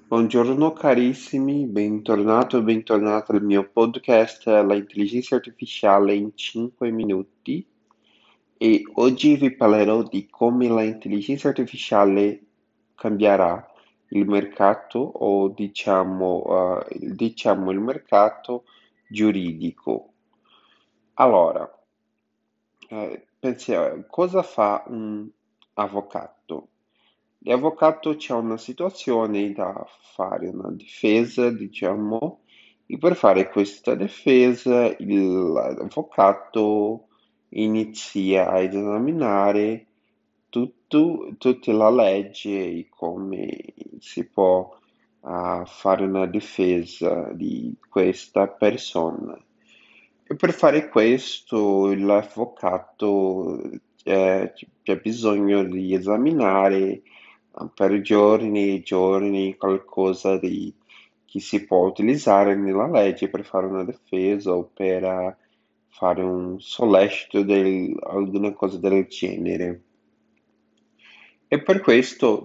Buongiorno carissimi, bentornato e bentornata al mio podcast La intelligenza artificiale in 5 minuti e oggi vi parlerò di come la intelligenza artificiale cambierà il mercato o diciamo il mercato giuridico. Allora, pensiamo, cosa fa un avvocato? L'avvocato c'è una situazione da fare, una difesa, diciamo, e per fare questa difesa l'avvocato inizia a esaminare tutta la legge e come si può fare una difesa di questa persona. E per fare questo l'avvocato c'è bisogno di esaminare per giorni e giorni qualcosa che si può utilizzare nella legge per fare una difesa o per fare un sollecito di alguna cosa del genere. E per questo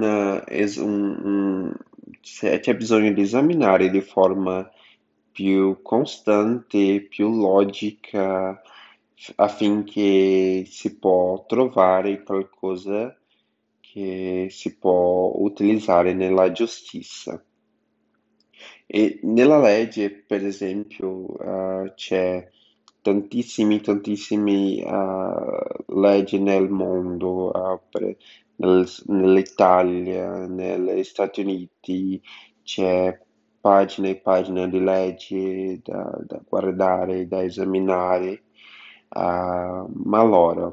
c'è bisogno di esaminare di forma più costante, più logica, affinché si può trovare qualcosa che si può utilizzare nella giustizia. E nella legge, per esempio, c'è tantissimi leggi nel mondo, nell'Italia, negli Stati Uniti, c'è pagine e pagine di leggi da guardare, da esaminare. Ma allora,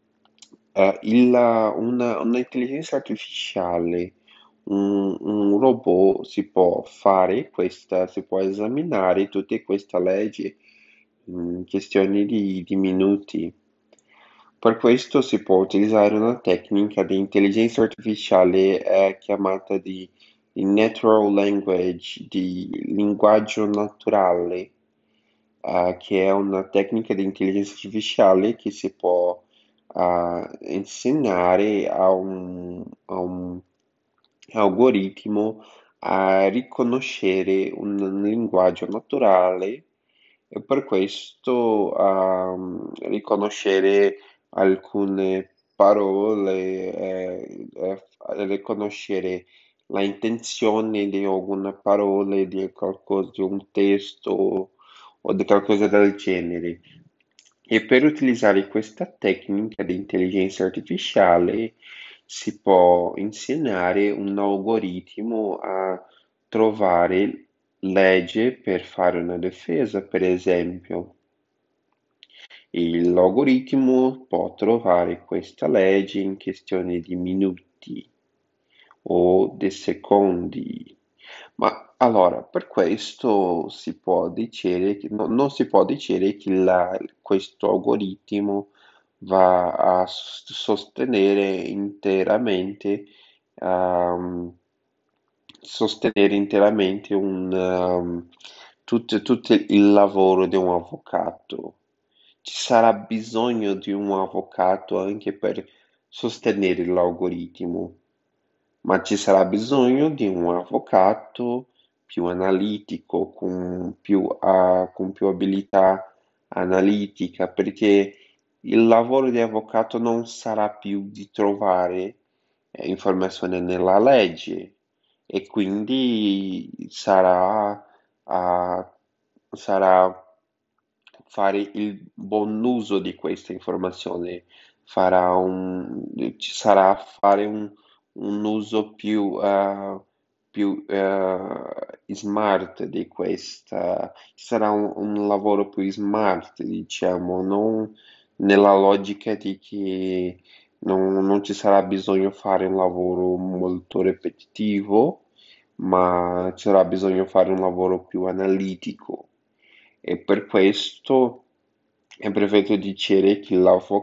una intelligenza artificiale, un robot si può fare questa, si può esaminare tutte queste leggi in questioni di minuti. Per questo si può utilizzare una tecnica di intelligenza artificiale chiamata di natural language, di linguaggio naturale, che è una tecnica di intelligenza artificiale che si può insegnare a un algoritmo a riconoscere un linguaggio naturale e per questo riconoscere alcune parole, riconoscere la intenzione di alguna parola, di qualcosa, di un testo o di qualcosa del genere. E per utilizzare questa tecnica di intelligenza artificiale si può insegnare un algoritmo a trovare legge per fare una difesa, per esempio. L'algoritmo può trovare questa legge in questione di minuti o di secondi. Ma allora, per questo si può dicere che non si può dicere che questo algoritmo va a sostenere ehm, sostenere interamente tutto il lavoro di un avvocato. Ci sarà bisogno di un avvocato anche per sostenere l'algoritmo, ma ci sarà bisogno di un avvocato più analitico, con più abilità analitica, perché il lavoro di avvocato non sarà più di trovare informazioni nella legge e quindi ah, sarà fare il buon uso di queste informazioni, ci sarà fare un uso più smart di questa, ci sarà un lavoro più smart, diciamo, non nella logica di che non ci sarà bisogno fare un lavoro molto ripetitivo, ma ci sarà bisogno fare un lavoro più analitico. E per questo è perfetto dicere che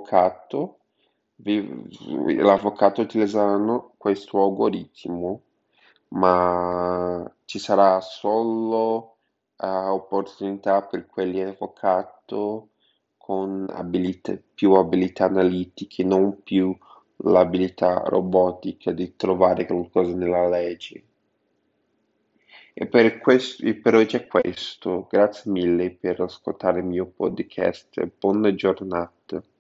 l'avvocato utilizzano questo algoritmo, ma ci sarà solo opportunità per quegli avvocati con più abilità analitiche, non più l'abilità robotica di trovare qualcosa nella legge. E per oggi è questo. Grazie mille per ascoltare il mio podcast. Buona giornata.